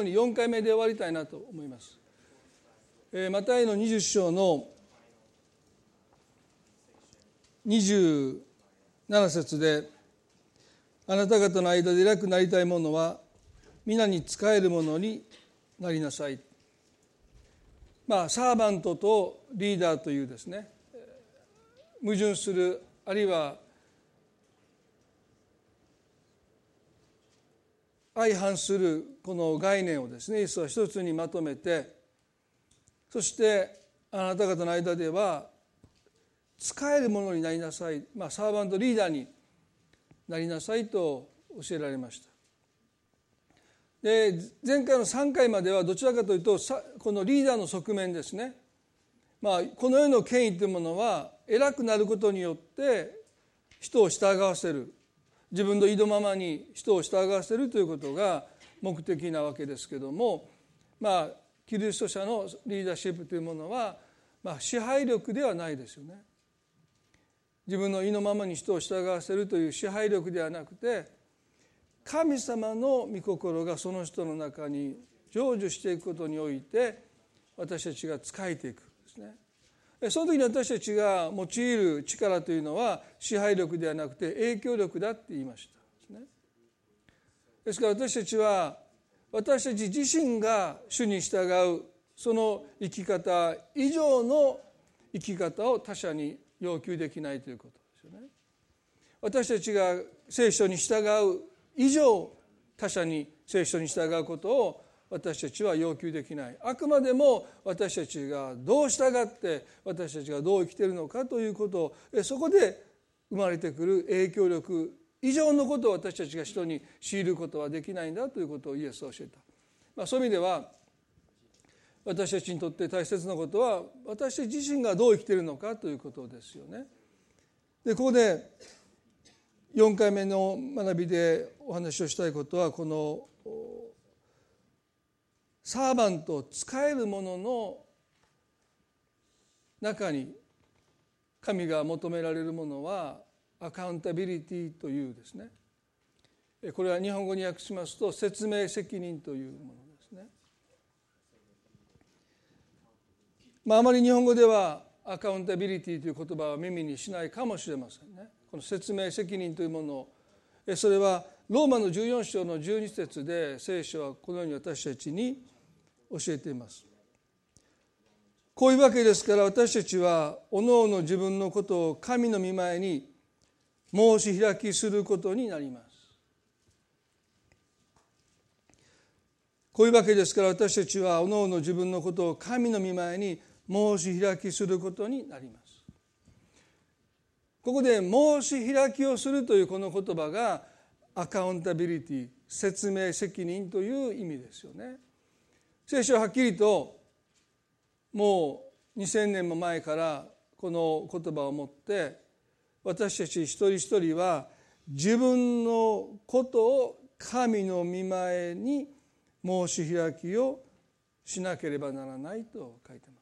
後に4回目で終わりたいなと思います。マタイの20章の27節で、あなた方の間で偉くなりたい者は皆に仕える者になりなさい。サーバントとリーダーというですね、矛盾するあるいは相反するこの概念をですね、イエスは一つにまとめて、そしてあなた方の間では仕える者になりなさい、サーバントリーダーになりなさいと教えられました。で、前回の3回まではどちらかというとこのリーダーの側面ですね、この世の権威というものは偉くなることによって人を従わせる、自分の意図ままに人を従わせるということが目的なわけですけども、キリスト者のリーダーシップというものは、支配力ではないですよね。自分の意のままに人を従わせるという支配力ではなくて、神様の御心がその人の中に成就していくことにおいて私たちが仕えていくんですね。その時に私たちが用いる力というのは支配力ではなくて影響力だって言いました。ですから私たちは私たち自身が主に従うその生き方以上の生き方を他者に要求できないということですよね。私たちが聖書に従う以上他者に聖書に従うことを私たちは要求できない。あくまでも私たちがどう従って私たちがどう生きているのかということを、そこで生まれてくる影響力以上のことを私たちが人に強いることはできないんだということをイエスは教えた。そういう意味では私たちにとって大切なことは私たち自身がどう生きているのかということですよね。でここで4回目の学びでお話をしたいことは、このサーバント、仕える者の中に神が求められるものはアカウンタビリティというですね、これは日本語に訳しますと説明責任というものですね。あまり日本語ではアカウンタビリティという言葉は耳にしないかもしれませんね。この説明責任というものを、それはローマの14章の12節で聖書はこのように私たちに教えています。こういうわけですから私たちはおのおの自分のことを神の御前に申し開きすることになります。こういうわけですから私たちはおのおの自分のことを神の御前に申し開きすることになります。ここで申し開きをするというこの言葉がアカウンタビリティ、説明責任という意味ですよね。聖書ははっきりともう2000年も前からこの言葉を持って、私たち一人一人は自分のことを神の御前に申し開きをしなければならないと書いてます。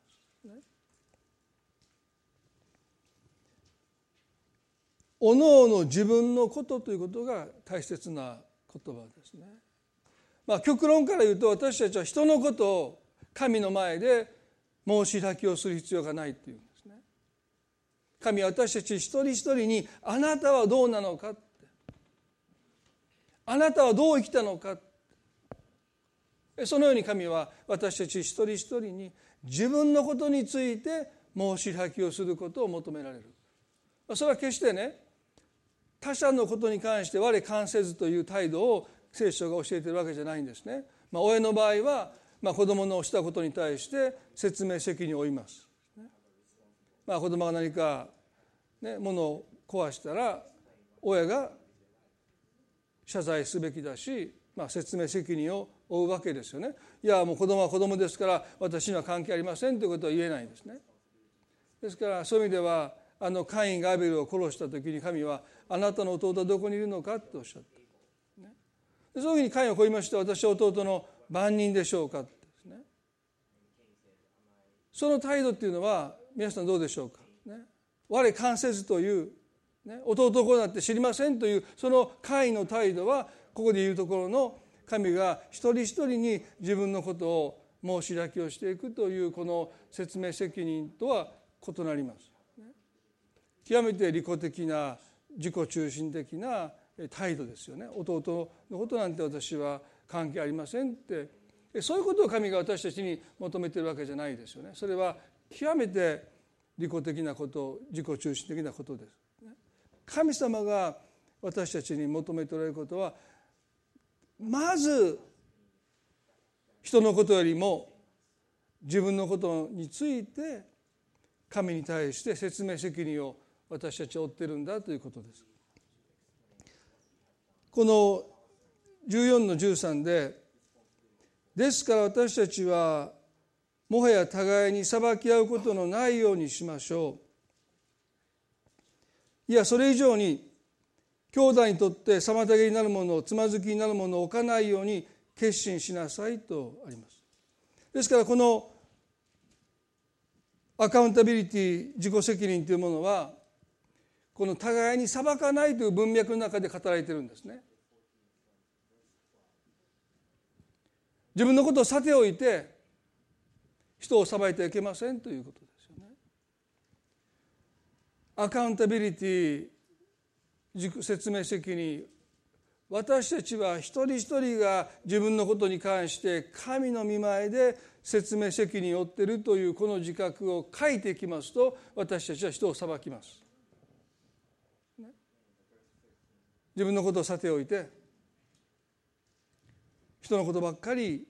おのおの自分のことということが大切な言葉ですね。極論から言うと私たちは人のことを神の前で申し開きをする必要がないっていうんですね。神は私たち一人一人にあなたはどうなのかって、あなたはどう生きたのか、そのように神は私たち一人一人に自分のことについて申し開きをすることを求められる。それは決してね、他者のことに関して我関せずという態度を聖書が教えているわけじゃないんですね。親の場合は、子供のしたことに対して説明責任を負います。子供が何か、物を壊したら親が謝罪すべきだし、説明責任を負うわけですよね。いやもう子供は子供ですから私には関係ありませんということは言えないんですね。ですからそういう意味ではカインがアベルを殺した時に神はあなたの弟はどこにいるのかっておっしゃった、ね、でその時にカインはこう言いました。私は弟の番人でしょうかってですね。その態度っていうのは皆さんどうでしょうか、ね、我関せずという、弟こうなって知りませんというそのカインの態度はここで言うところの神が一人一人に自分のことを申し開きをしていくというこの説明責任とは異なります。極めて利己的な自己中心的な態度ですよね。弟のことなんて私は関係ありませんって、そういうことを神が私たちに求めているわけじゃないですよね。それは極めて利己的なこと、自己中心的なことです。神様が私たちに求めておられることは、まず人のことよりも自分のことについて神に対して説明責任を私たちは負っているんだということです。この14の13で、ですから私たちはもはや互いに裁き合うことのないようにしましょう。いや、それ以上に兄弟にとって妨げになるもの、つまずきになるものを置かないように決心しなさいとあります。ですからこのアカウンタビリティ、自己責任というものは、この互いに裁かないという文脈の中で語られているんですね。自分のことをさておいて人を裁いてはいけませんということですよね。アカウンタビリティ、自己説明責任、私たちは一人一人が自分のことに関して神の御前で説明責任を負っているというこの自覚を書いていきますと、私たちは人を裁きます。自分のことをさておいて人のことばっかり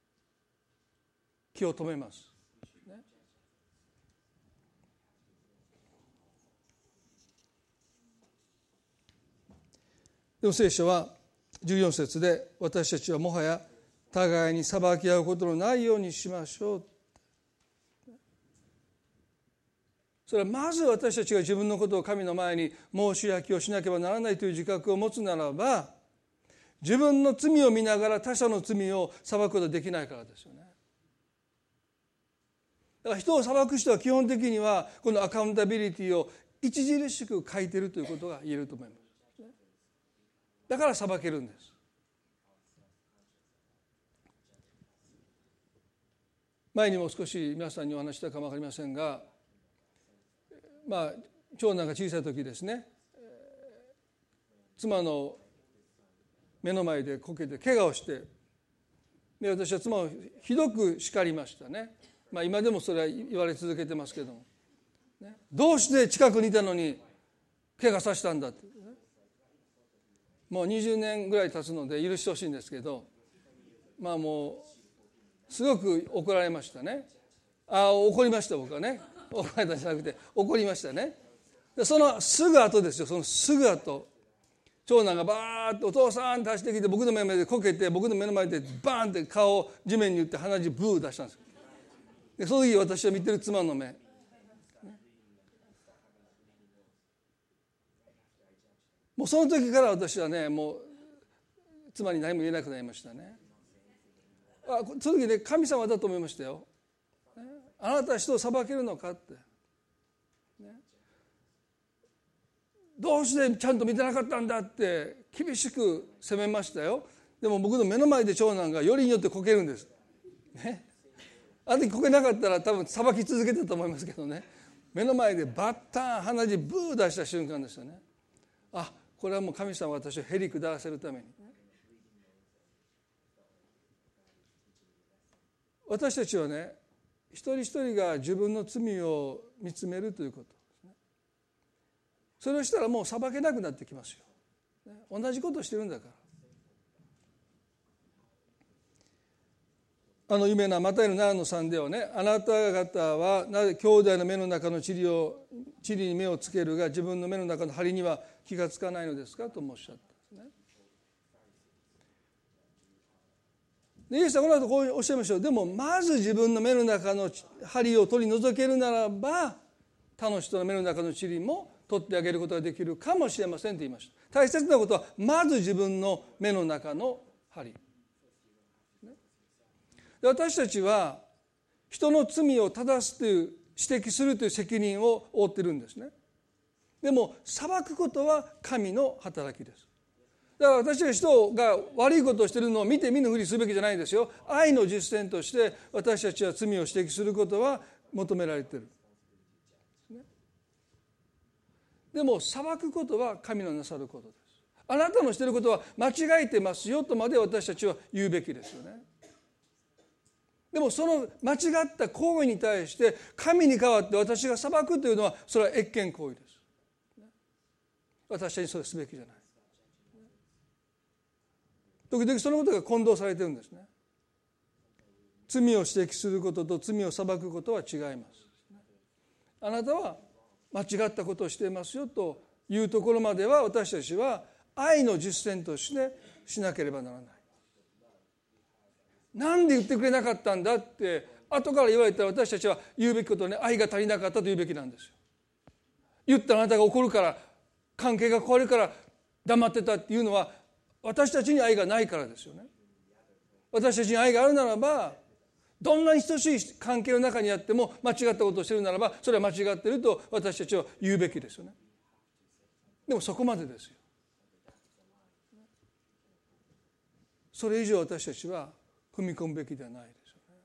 気を止めます。でも聖書は14節で、私たちはもはや互いに裁き合うことのないようにしましょう。それはまず私たちが自分のことを神の前に申し開きをしなければならないという自覚を持つならば、自分の罪を見ながら他者の罪を裁くことはできないからですよね。だから人を裁く人は基本的にはこのアカウンタビリティを著しく欠いているということが言えると思います。だから裁けるんです。前にも少し皆さんにお話したかも分かりませんが、長男が小さい時ですね、妻の目の前でこけて怪我をして、で私は妻をひどく叱りましたね。今でもそれは言われ続けてますけども、どうして近くにいたのに怪我させたんだって、もう20年ぐらい経つので許してほしいんですけど、もうすごく怒られましたね。怒りました。僕はね、怒られたんじゃなくて怒りましたね。でそのすぐ後ですよ。そのすぐ後、長男がバーッとお父さんって走ってきて、僕の目の前でこけて、僕の目の前でバーンって顔を地面に打って鼻血ブー出したんですよ。でその時私は見てる妻の目、もうその時から私はね、もう妻に何も言えなくなりましたね。その時ね、神様だと思いましたよ。あなたは人を裁けるのかって、どうしてちゃんと見てなかったんだって厳しく責めましたよ。でも僕の目の前で長男がよりによってこけるんです、あの時こけなかったら多分裁き続けてたと思いますけどね、目の前でバッタン鼻血ブー出した瞬間でしたね。これはもう神様が私をへり下らせるために、私たちはね、一人一人が自分の罪を見つめるということですね。それをしたらもう裁けなくなってきますよ。同じことをしてるんだから。有名なマタイの7の3ではね、あなた方はなぜ兄弟の目の中の塵に目をつけるが自分の目の中の針には気がつかないのですかともおっしゃったんですね。でイエスはこの後こうおっしゃいましょう。でもまず自分の目の中の針を取り除けるならば他の人の目の中の塵も取ってあげることができるかもしれませんと言いました。大切なことはまず自分の目の中の針。で私たちは人の罪を正すという指摘するという責任を負っているんですね。でも裁くことは神の働きです。 だから私たち人が悪いことをしているのを見て見ぬふりすべきじゃないですよ。愛の実践として私たちは罪を指摘することは求められている。でも裁くことは神のなさることです。あなたのしていることは間違えてますよとまで私たちは言うべきですよね。でもその間違った行為に対して神に代わって私が裁くというのはそれは越権行為です。私たちにそれすべきじゃない。時々そのことが混同されているんですね。罪を指摘することと罪を裁くことは違います。あなたは間違ったことをしていますよというところまでは私たちは愛の実践としてしなければならない。なんで言ってくれなかったんだって後から言われたら私たちは言うべきことはね、愛が足りなかったと言うべきなんですよ。言ったらあなたが怒るから関係が壊れるから黙ってたっていうのは私たちに愛がないからですよね。私たちに愛があるならばどんなに等しい関係の中にあっても間違ったことをしているならばそれは間違っていると私たちは言うべきですよね。でもそこまでですよ。それ以上私たちは踏み込むべきではないですよね。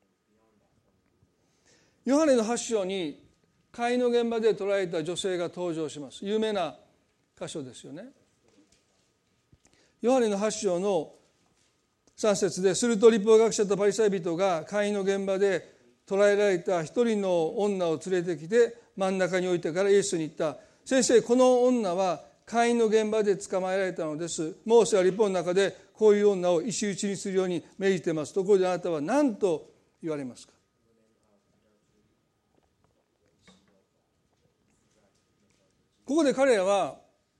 ヨハネの8章に会員の現場で捕らえた女性が登場します。有名な箇所ですよね。ヨハネの8章の3節で、すると律法学者とパリサイ人が会員の現場で捕らえられた一人の女を連れてきて真ん中に置いてからイエスに言った。先生、この女は会員の現場で捕まえられたのです。モーセは律法の中でこういう女を石打ちにするように命じています。ところであなたは何と言われますか。ここで彼らは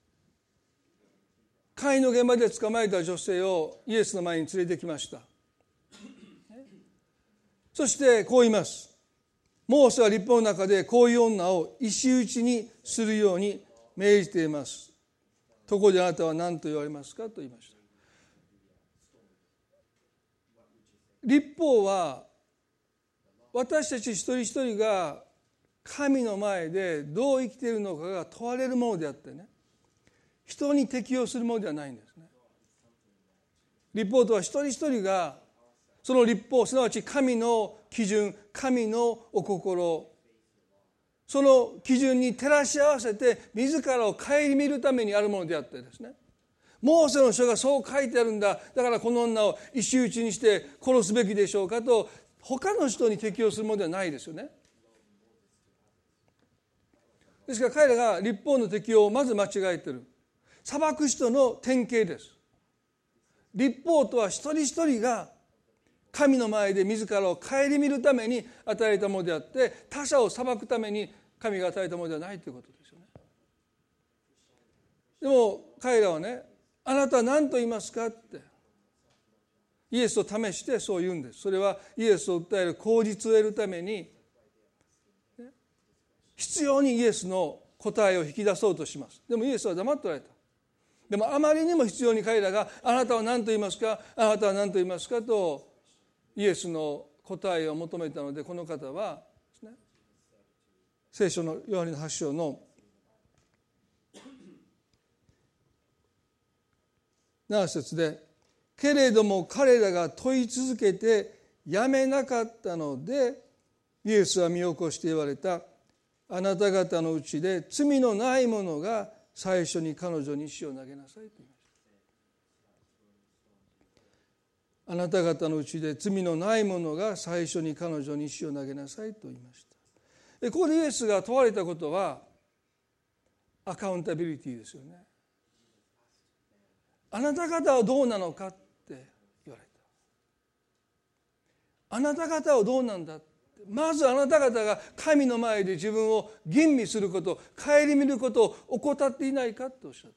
会員の現場で捕まえた女性をイエスの前に連れてきました。そしてこう言います。モーセは律法の中でこういう女を石打ちにするように命じています。ところであなたは何と言われますかと言いました。律法は私たち一人一人が神の前でどう生きているのかが問われるものであってね、人に適用するものではないんですね。律法とは一人一人がその律法、すなわち神の基準、神のお心、その基準に照らし合わせて自らを顧みるためにあるものであってですね、モーセの書がそう書いてあるんだ、だからこの女を石打ちにして殺すべきでしょうかと他の人に適用するものではないですよね。ですから彼らが律法の適用をまず間違えている。裁く人の典型です。律法とは一人一人が神の前で自らを顧みるために与えたものであって他者を裁くために神が与えたものではないということですよね。でも彼らはね、あなたは何と言いますかってイエスを試してそう言うんです。それはイエスを訴える口実を得るために必要にイエスの答えを引き出そうとします。でもイエスは黙っておられた。でもあまりにも必要に彼らがあなたは何と言いますか、あなたは何と言いますかとイエスの答えを求めたので、この方はですね、聖書のヨハネの8章の7節で、けれども彼らが問い続けてやめなかったのでイエスは身を起こして言われた。あなた方のうちで罪のない者が最初に彼女に石を投げなさいと言いました。あなた方のうちで罪のない者が最初に彼女に石を投げなさいと言いました。ここでイエスが問われたことはアカウンタビリティですよね。あなた方はどうなのかって言われた。あなた方はどうなんだ。まずあなた方が神の前で自分を吟味すること、顧みることを怠っていないかとおっしゃった。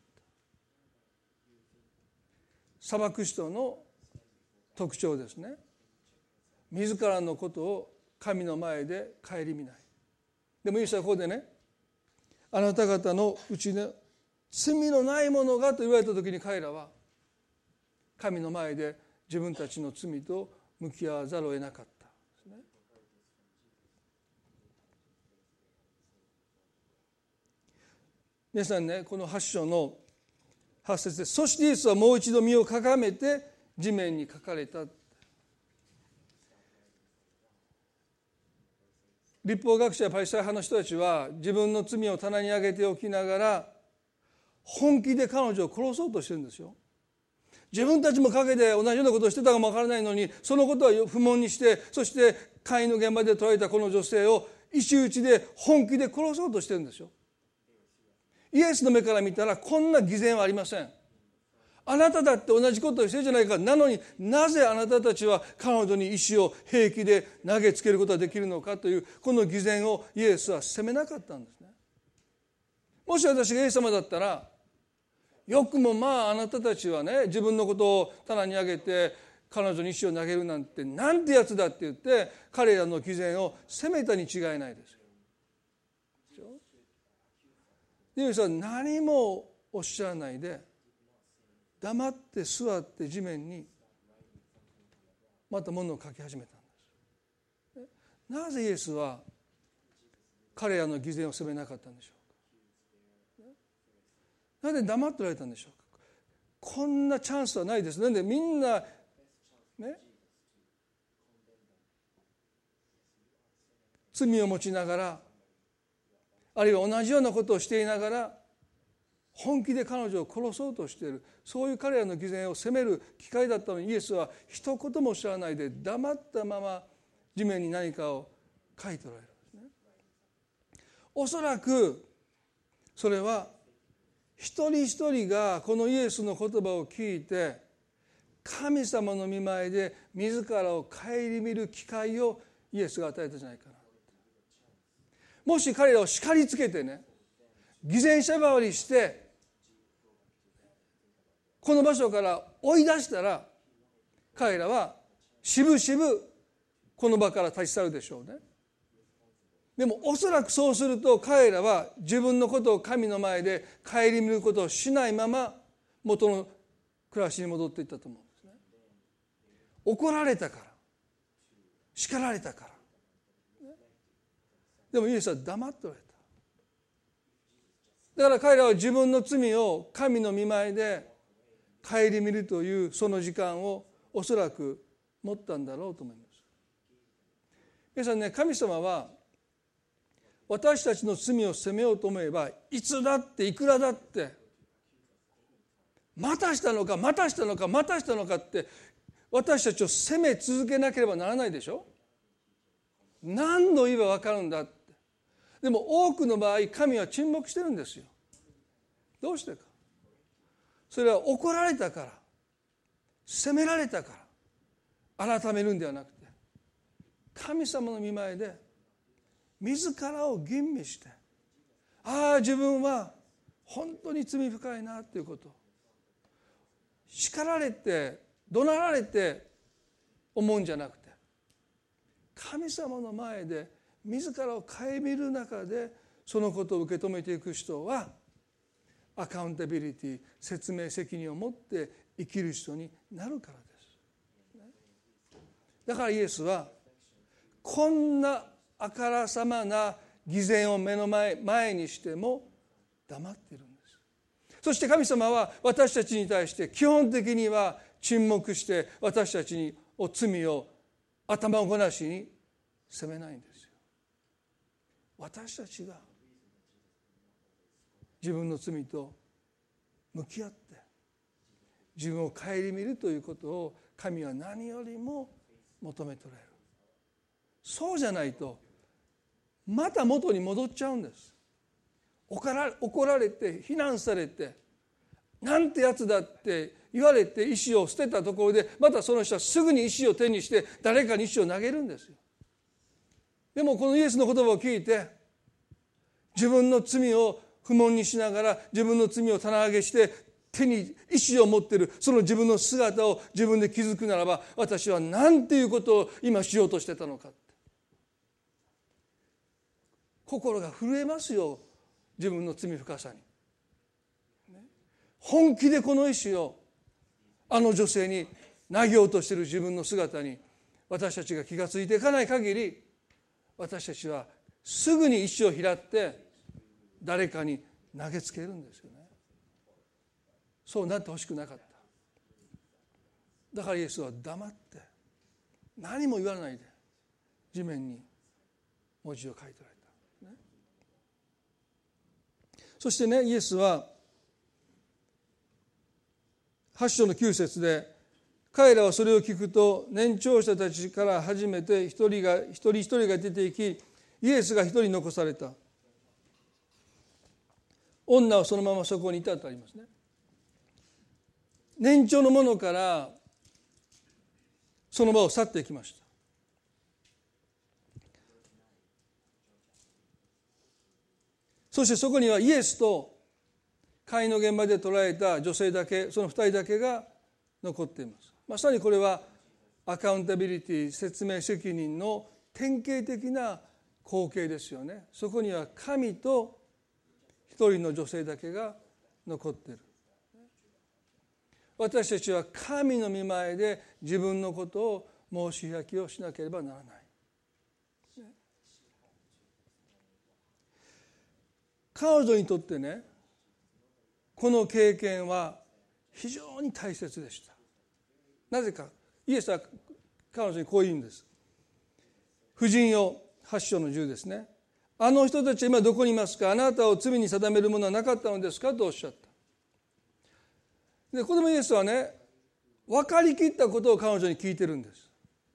裁く人の特徴ですね。自らのことを神の前で顧みない。でもイエスはここでね、あなた方のうちで罪のないものがと言われた時に彼らは神の前で自分たちの罪と向き合わざるを得なかった。皆さんね、この8章の 8節で、そしてイエスはもう一度身をかがめて地面にかかれた。律法学者やパリサイ派の人たちは自分の罪を棚に上げておきながら本気で彼女を殺そうとしてるんですよ。自分たちも陰で同じようなことをしてたかもわからないのに、そのことは不問にして、そして会員の現場で捕らえたこの女性を石打ちで本気で殺そうとしてるんですよ。イエスの目から見たらこんな偽善はありません。あなただって同じことをしてるじゃないか。なのになぜあなたたちは彼女に石を平気で投げつけることができるのかというこの偽善をイエスは責めなかったんですね。もし私がイエス様だったら、よくもまああなたたちはね、自分のことを棚に上げて彼女に石を投げるなんてなんてやつだって言って彼らの偽善を責めたに違いないですよ。イエスは何もおっしゃらないで黙って座って地面にまた物を書き始めたんです。なぜイエスは彼らの偽善を責めなかったんでしょうか。なぜ黙っておられたんでしょうか。こんなチャンスはないです。なんでみんなね、罪を持ちながら、あるいは同じようなことをしていながら本気で彼女を殺そうとしている、そういう彼らの偽善を責める機会だったのに、イエスは一言もおっしゃらないで黙ったまま地面に何かを書いておられるんですね。おそらくそれは一人一人がこのイエスの言葉を聞いて神様の御前で自らを顧みる機会をイエスが与えたんじゃないかな。もし彼らを叱りつけてね、偽善者代わりしてこの場所から追い出したら、彼らはしぶしぶこの場から立ち去るでしょうね。でもおそらくそうすると彼らは自分のことを神の前で顧みることをしないまま元の暮らしに戻っていったと思うんですね。怒られたから、叱られたから。でもイエスは黙っておられた。だから彼らは自分の罪を神の御前で顧みるというその時間をおそらく持ったんだろうと思います。皆さんね、神様は私たちの罪を責めようと思えば、いつだっていくらだってまたしたのかまたしたのかまたしたのかって私たちを責め続けなければならないでしょ。何度言えば分かるんだって。でも多くの場合神は沈黙してるんですよ。どうしてか。それは怒られたから、責められたから改めるんではなくて、神様の御前で自らを吟味して、ああ自分は本当に罪深いなということ、叱られて怒鳴られて思うんじゃなくて、神様の前で自らを顧みる中でそのことを受け止めていく人はアカウンタビリティ、説明責任を持って生きる人になるからです。だからイエスはこんなあからさまな偽善を目の前にしても黙っているんです。そして神様は私たちに対して基本的には沈黙して私たちに罪を頭ごなしに責めないんですよ。私たちが自分の罪と向き合って自分を顧みるということを神は何よりも求めておられる。そうじゃないとまた元に戻っちゃうんです。怒られて非難されてなんてやつだって言われて石を捨てたところでまたその人はすぐに石を手にして誰かに石を投げるんですよ。でもこのイエスの言葉を聞いて自分の罪を不問にしながら自分の罪を棚上げして手に石を持っているその自分の姿を自分で気づくならば、私は何ていうことを今しようとしてたのかって心が震えますよ。自分の罪深さに、本気でこの石をあの女性に投げようとしている自分の姿に私たちが気がついていかない限り、私たちはすぐに石を拾って誰かに投げつけるんですよね。 そうなってほしくなかった。だからイエスは黙って何も言わないで地面に文字を書いておられた、ね、そしてね、イエスは8章の9節で、彼らはそれを聞くと年長者たちから初めて一人一人が出て行き、イエスが一人残された。女はそのままそこにいたとありますね。年長の者からその場を去っていきました。そしてそこにはイエスと会の現場で捕らえた女性だけ、その2人だけが残っています。まさにこれはアカウンタビリティ、説明責任の典型的な光景ですよね。そこには神と一人の女性だけが残っている。私たちは神の御前で自分のことを申し開きをしなければならない。彼女にとってね、この経験は非常に大切でした。なぜか、イエスは彼女にこう言うんです。婦人よ、8章の10ですね。あの人たちは今どこにいますか。あなたを罪に定めるものはなかったのですかとおっしゃった。で、ここでもイエスはね、分かりきったことを彼女に聞いてるんです。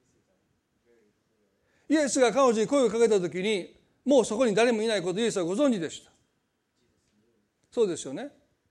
イエスが彼女に声をかけたときに、もうそこに誰もいないことをイエスはご存知でした。そうですよね。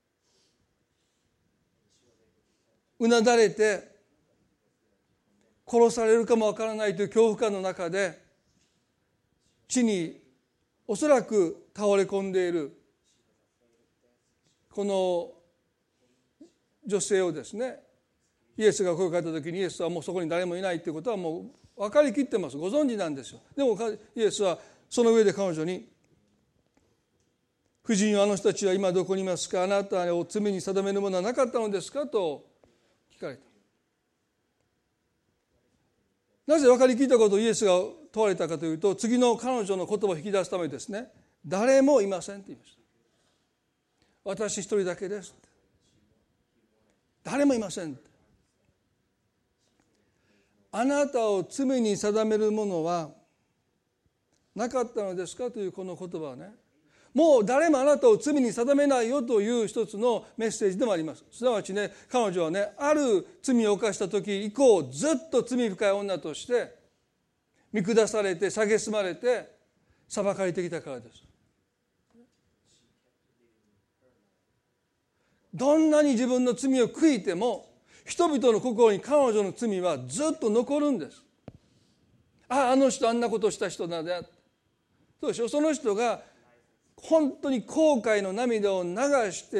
うなだれて殺されるかもわからないという恐怖感の中で地におそらく倒れ込んでいるこの女性をですね、イエスが声をかけた時にイエスはもうそこに誰もいないということはもう分かりきってます。ご存知なんですよ。でもイエスはその上で彼女に、婦人よ、あの人たちは今どこにいますか。あなたを罪に定めるものはなかったのですかと聞かれた。なぜ分かりきったことをイエスが問われたかというと、次の彼女の言葉を引き出すためにですね、誰もいませんと言いました。私一人だけです。誰もいません。あなたを罪に定めるものはなかったのですかというこの言葉はね、もう誰もあなたを罪に定めないよという一つのメッセージでもあります。すなわちね、彼女はね、ある罪を犯した時以降ずっと罪深い女として見下されて蔑まれて裁かれてきたからです。どんなに自分の罪を悔いても人々の心に彼女の罪はずっと残るんです。あの人あんなことした人なんだ。そうでしょ。その人が本当に後悔の涙を流して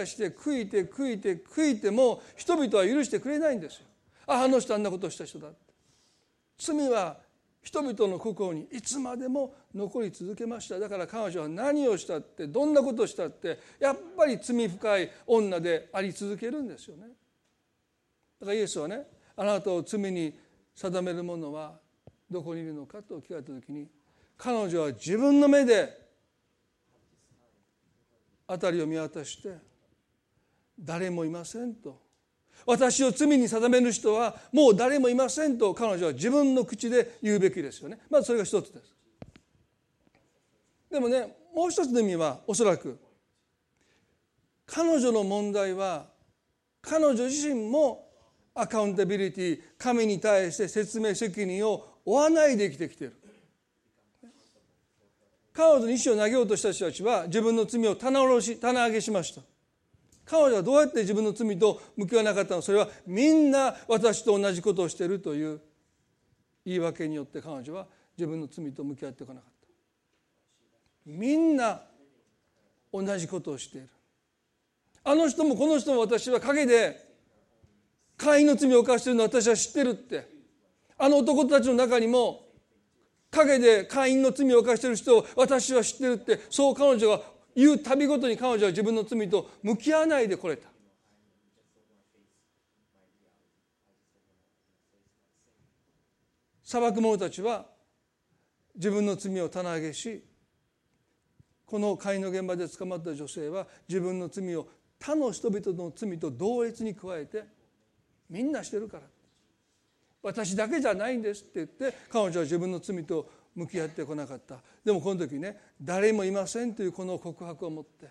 悔いても人々は許してくれないんですよ。あの人あんなことした人だ。罪は人々の心にいつまでも残り続けました。だから彼女は何をしたってどんなことをしたってやっぱり罪深い女であり続けるんですよね。だからイエスはね、あなたを罪に定める者はどこにいるのかと聞かれたときに、彼女は自分の目で辺りを見渡して誰もいませんと、私を罪に定める人はもう誰もいませんと彼女は自分の口で言うべきですよね。まずそれが一つです。でもね、もう一つの意味はおそらく彼女の問題は彼女自身もアカウンタビリティ、神に対して説明責任を負わないで生きてきている。彼女に石を投げようとした人たちは自分の罪を棚上げしました。彼女はどうやって自分の罪と向き合わなかったの？それはみんな私と同じことをしているという言い訳によって彼女は自分の罪と向き合ってこなかった。みんな同じことをしている。あの人もこの人も私は陰で会員の罪を犯しているのを私は知ってるって、あの男たちの中にも陰で会員の罪を犯している人を私は知ってるって、そう彼女が言うたびごとに彼女は自分の罪と向き合わないでこれた。裁く者たちは自分の罪を棚上げし、この会員の現場で捕まった女性は自分の罪を他の人々の罪と同列に加えてみんなしてるから、私だけじゃないんですって言って彼女は自分の罪と向き合ってこなかった。でもこの時ね、誰もいませんというこの告白を持って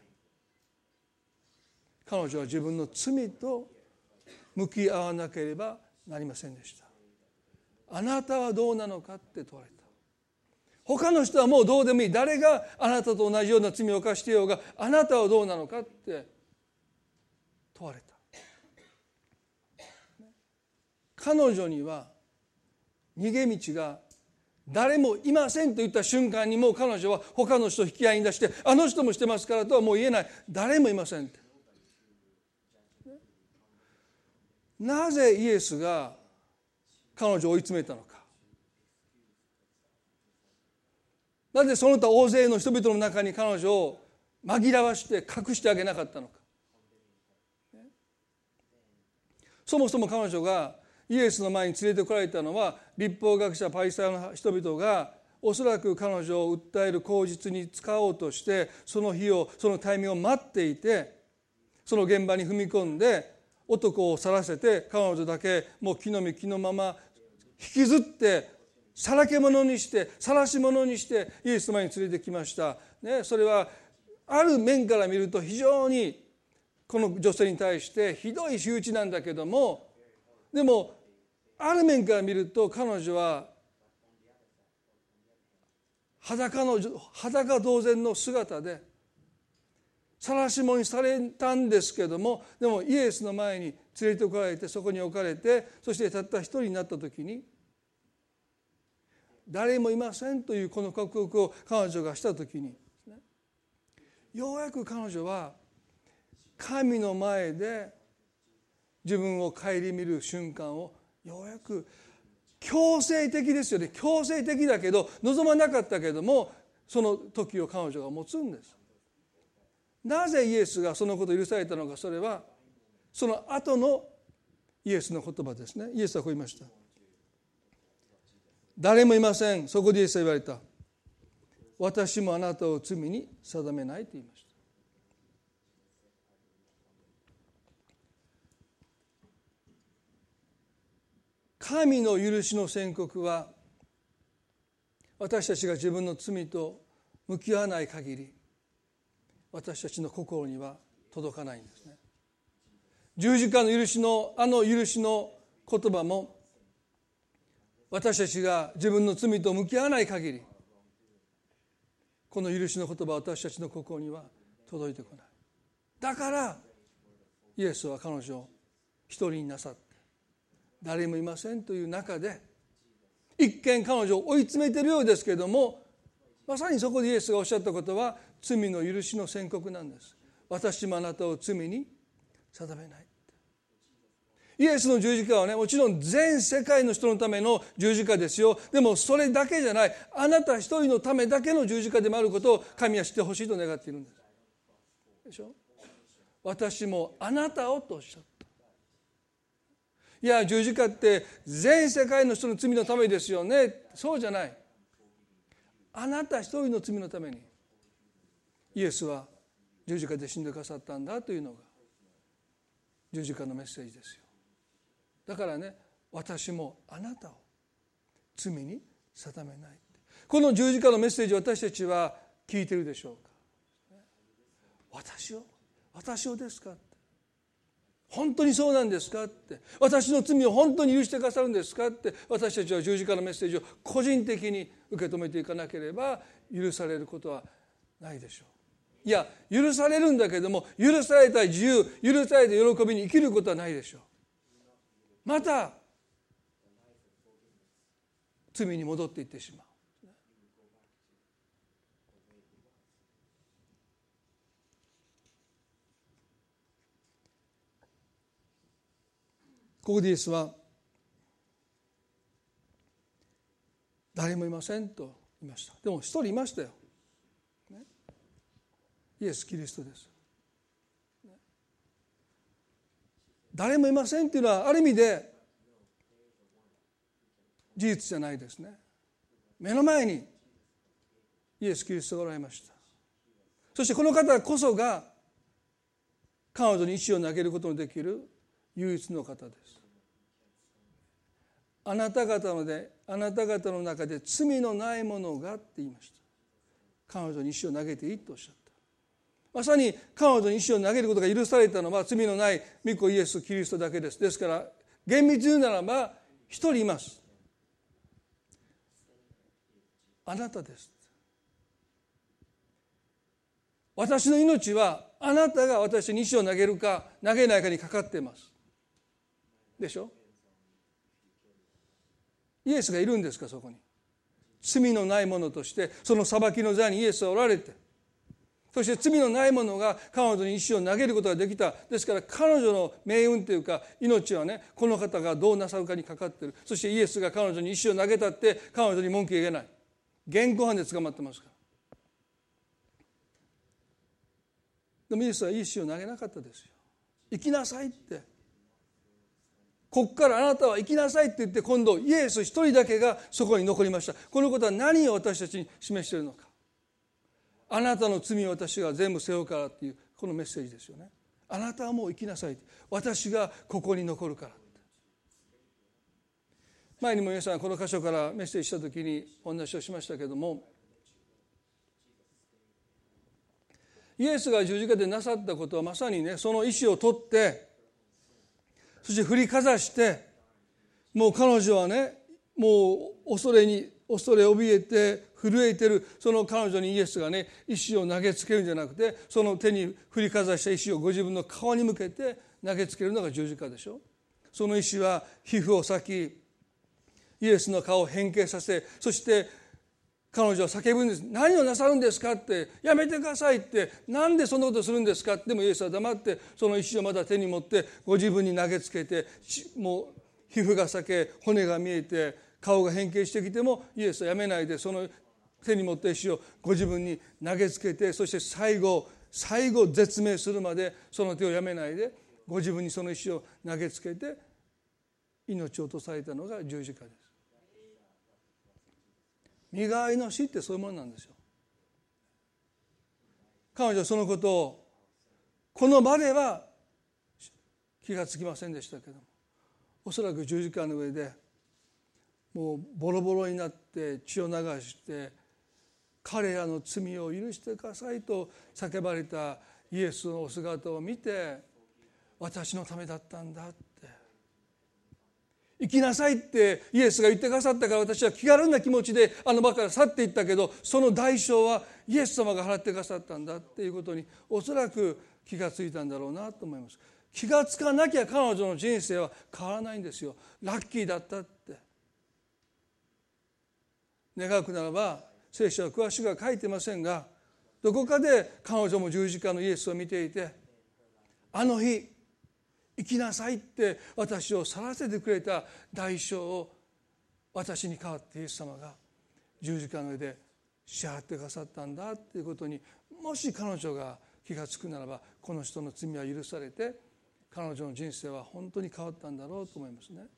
彼女は自分の罪と向き合わなければなりませんでした。あなたはどうなのかって問われた。他の人はもうどうでもいい、誰があなたと同じような罪を犯していようがあなたはどうなのかって問われた。彼女には逃げ道が誰もいませんと言った瞬間にもう彼女は他の人を引き合いに出してあの人もしてますからとはもう言えない。誰もいませんって。なぜイエスが彼女を追い詰めたのか。なぜその他大勢の人々の中に彼女を紛らわして隠してあげなかったのか。そもそも彼女がイエスの前に連れてこられたのは律法学者パリサイの人々がおそらく彼女を訴える口実に使おうとしてその日をそのタイミングを待っていて、その現場に踏み込んで男を去らせて彼女だけもう気の身気のまま引きずってさらけ者にして晒し者にしてイエスの前に連れてきました、ね、それはある面から見ると非常にこの女性に対してひどい仕打ちなんだけども、でもある面から見ると彼女は裸同然の姿で晒し者にされたんですけども、でもイエスの前に連れてこられてそこに置かれて、そしてたった一人になった時に誰もいませんというこの告白を彼女がした時に、ようやく彼女は神の前で自分を顧みる瞬間をようやく、強制的ですよね、強制的だけど望まなかったけどもその時を彼女が持つんです。なぜイエスがそのことを許されたのか、それはその後のイエスの言葉ですね。イエスはこう言いました。誰もいません。そこでイエスは言われた。私もあなたを罪に定めないと言いました。神の許しの宣告は私たちが自分の罪と向き合わない限り私たちの心には届かないんですね。十字架の許しの許しの言葉も私たちが自分の罪と向き合わない限りこの許しの言葉は私たちの心には届いてこない。だからイエスは彼女を一人になさって誰もいませんという中で一見彼女を追い詰めているようですけれども、まさにそこでイエスがおっしゃったことは罪の許しの宣告なんです。私もあなたを罪に定めない。イエスの十字架はね、もちろん全世界の人のための十字架ですよ。でもそれだけじゃない、あなた一人のためだけの十字架でもあることを神は知ってほしいと願っているんです。でしょ。私もあなたをとおっしゃった。いや、十字架って全世界の人の罪のためですよね。そうじゃない。あなた一人の罪のためにイエスは十字架で死んでくださったんだというのが十字架のメッセージですよ。だからね、私もあなたを罪に定めない。この十字架のメッセージを私たちは聞いているでしょうか。私をですかって、本当にそうなんですかって、私の罪を本当に許してくださるんですかって、私たちは十字架のメッセージを個人的に受け止めていかなければ許されることはないでしょう。いや、許されるんだけども、許された自由、許された喜びに生きることはないでしょう。また罪に戻っていってしまう。ここでイエスは誰もいませんと言いました。でも一人いましたよ、ね、イエス・キリストです、ね、誰もいませんっていうのはある意味で事実じゃないですね。目の前にイエス・キリストがおられました。そしてこの方こそが彼女に石を投げることのできる唯一の方です。あなた方の中で罪のないものがって言いました。彼女に石を投げていいとおっしゃった。まさに彼女に石を投げることが許されたのは罪のない御子イエス・キリストだけです。ですから厳密に言うならば一人います。あなたです。私の命はあなたが私に石を投げるか投げないかにかかっています。でしょ。イエスがいるんですか、そこに。罪のないものとしてその裁きの座にイエスはおられて、そして罪のないものが彼女に石を投げることができた。ですから彼女の命運というか命はね、この方がどうなさるかにかかっている。そしてイエスが彼女に石を投げたって彼女に文句言えない。現行犯で捕まってますから。でもイエスは石を投げなかったですよ。生きなさいって、ここからあなたは生きなさいって言って、今度イエス一人だけがそこに残りました。このことは何を私たちに示しているのか。あなたの罪を私が全部背負うからっていうこのメッセージですよね。あなたはもう生きなさい、私がここに残るから。前にも皆さんこの箇所からメッセージした時にお話をしましたけれども、イエスが十字架でなさったことはまさにね、その意志を取ってそして振りかざして、もう彼女はね、もう恐れ怯えて震えてるその彼女にイエスがね、石を投げつけるんじゃなくて、その手に振りかざした石をご自分の顔に向けて投げつけるのが十字架でしょ。その石は皮膚を裂き、イエスの顔を変形させ、そして彼女は叫ぶんです。何をなさるんですかって、やめてくださいって、なんでそんなことするんですか。でもイエスは黙ってその石をまだ手に持ってご自分に投げつけて、もう皮膚が裂け骨が見えて顔が変形してきてもイエスはやめないで、その手に持った石をご自分に投げつけて、そして最後絶命するまでその手をやめないでご自分にその石を投げつけて命を落とされたのが十字架です。身代わりの死ってそういうものなんですよ。彼女はそのことをこの場では気がつきませんでしたけども、おそらく十字架の上でもうボロボロになって血を流して彼らの罪を許してくださいと叫ばれたイエスのお姿を見て、私のためだったんだって、生きなさいってイエスが言ってくださったから私は気軽な気持ちであの場から去っていったけど、その代償はイエス様が払ってくださったんだっていうことにおそらく気がついたんだろうなと思います。気がつかなきゃ彼女の人生は変わらないんですよ。ラッキーだったって願うならば、聖書は詳しくは書いてませんが、どこかで彼女も十字架のイエスを見ていて、あの日生きなさいって私を去らせてくれた代償を私に代わってイエス様が十字架の上で支払ってくださったんだっていうことに、もし彼女が気がつくならば、この人の罪は許されて彼女の人生は本当に変わったんだろうと思いますね。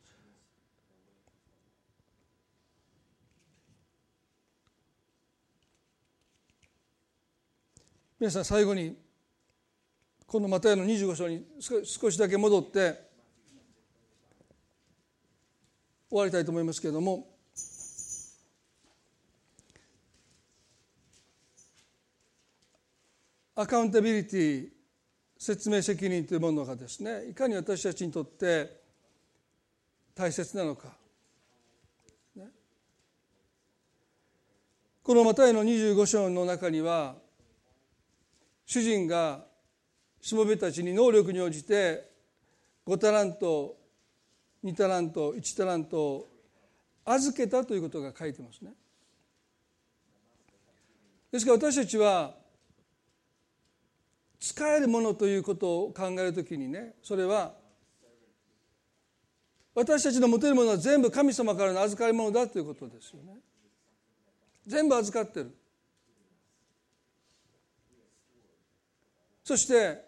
皆さん、最後にこのマタイの25章に少しだけ戻って終わりたいと思いますけれども、アカウンタビリティ、説明責任というものがですね、いかに私たちにとって大切なのか、ね、このマタイの25章の中には、主人がしもべたちに能力に応じて5タラント、2タラント、1タラントを預けたということが書いてますね。ですから私たちは使えるものということを考えるときにね、それは私たちの持てるものは全部神様からの預かり物だということですよね。全部預かってる。そして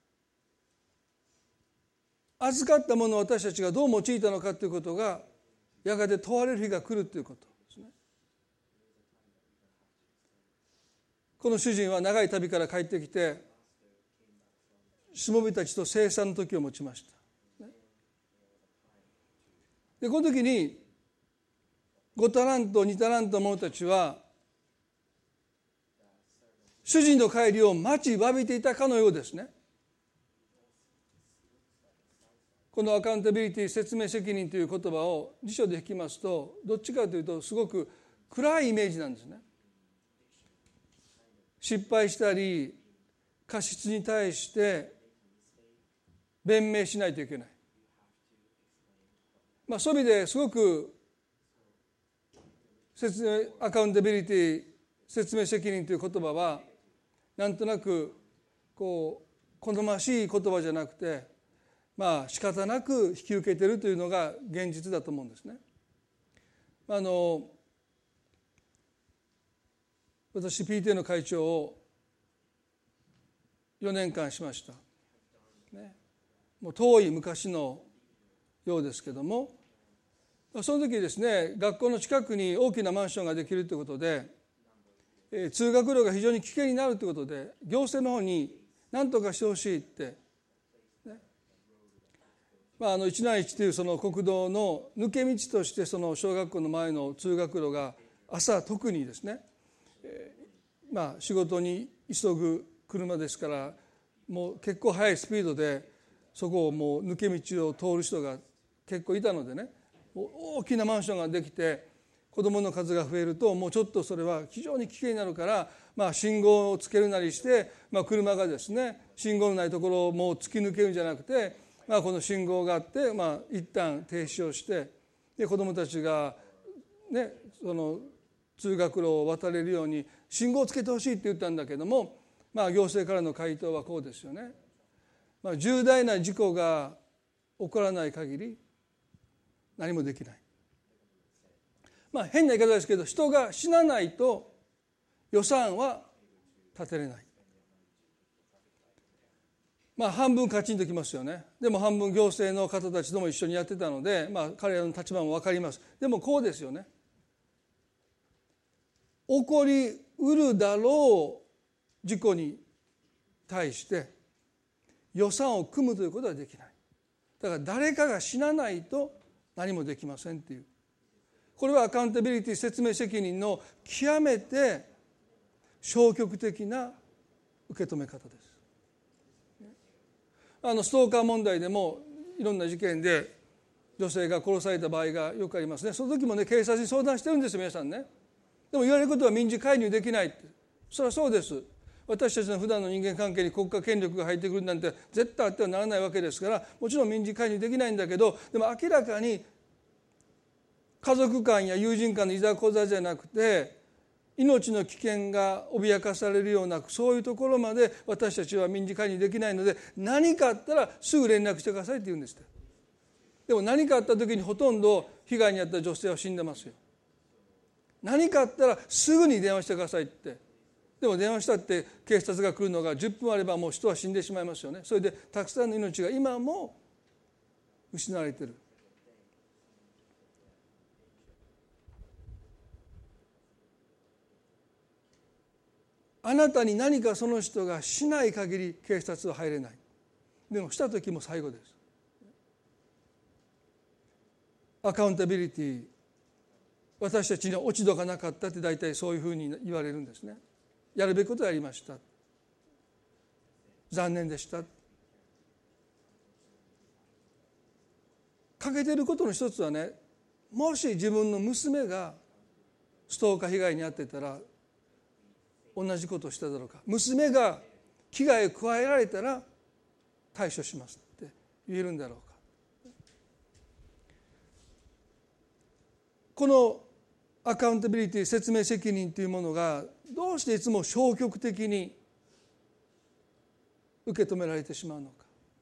預かったものを私たちがどう用いたのかということがやがて問われる日が来るということですね。この主人は長い旅から帰ってきて、 しもべたちと生産の時を持ちました。でこの時に5タラント2タラントの者たちは主人の帰りを待ちわびていたかのようですね。このアカウンタビリティ、説明責任という言葉を辞書で引きますと、どっちかというとすごく暗いイメージなんですね。失敗したり過失に対して弁明しないといけない。そういう意味ですごくアカウンタビリティ、説明責任という言葉はなんとなく好ましい言葉じゃなくて、仕方なく引き受けているというのが現実だと思うんですね。私 PTA の会長を4年間しました、もう遠い昔のようですけども、その時ですね、学校の近くに大きなマンションができるということで、通学路が非常に危険になるということで行政の方に何とかしてほしいって、191というその国道の抜け道としてその小学校の前の通学路が朝特にですね、仕事に急ぐ車ですからもう結構速いスピードでそこをもう抜け道を通る人が結構いたのでね、大きなマンションができて子どもの数が増えるともうちょっとそれは非常に危険になるから、信号をつけるなりして、車がですね信号のないところをもう突き抜けるんじゃなくて、この信号があって、一旦停止をしてで子どもたちが、その通学路を渡れるように信号をつけてほしいって言ったんだけども、行政からの回答はこうですよね。重大な事故が起こらない限り何もできない。変な言い方ですけど、人が死なないと予算は立てれない。半分カチンときますよね。でも半分行政の方たちとも一緒にやってたので、彼らの立場も分かります。でもこうですよね。起こりうるだろう事故に対して予算を組むということはできない。だから誰かが死なないと何もできませんっていう、これはアカウンタビリティ、説明責任の極めて消極的な受け止め方です。ストーカー問題でもいろんな事件で女性が殺された場合がよくありますね。その時もね、警察に相談してるんですよ、皆さんね。でも言われることは民事介入できないって。それはそうです。私たちの普段の人間関係に国家権力が入ってくるなんて絶対あってはならないわけですから、もちろん民事介入できないんだけど、でも明らかに家族間や友人間のいざこざじゃなくて命の危険が脅かされるようなそういうところまで私たちは民事介入できないので、何かあったらすぐ連絡してくださいって言うんです。でも何かあった時にほとんど被害に遭った女性は死んでますよ。何かあったらすぐに電話してくださいって。でも電話したって警察が来るのが10分あればもう人は死んでしまいますよね。それでたくさんの命が今も失われている。あなたに何かその人がしない限り警察は入れない。でもした時も最後です。アカウンタビリティ、私たちには落ち度がなかったって大体そういうふうに言われるんですね。やるべきことをやりました、残念でした。欠けていることの一つはね、もし自分の娘がストーカー被害に遭ってたら同じことをしただろうか、娘が危害を加えられたら対処しますって言えるんだろうか。このアカウンタビリティ、説明責任というものがどうしていつも消極的に受け止められてしまうのか。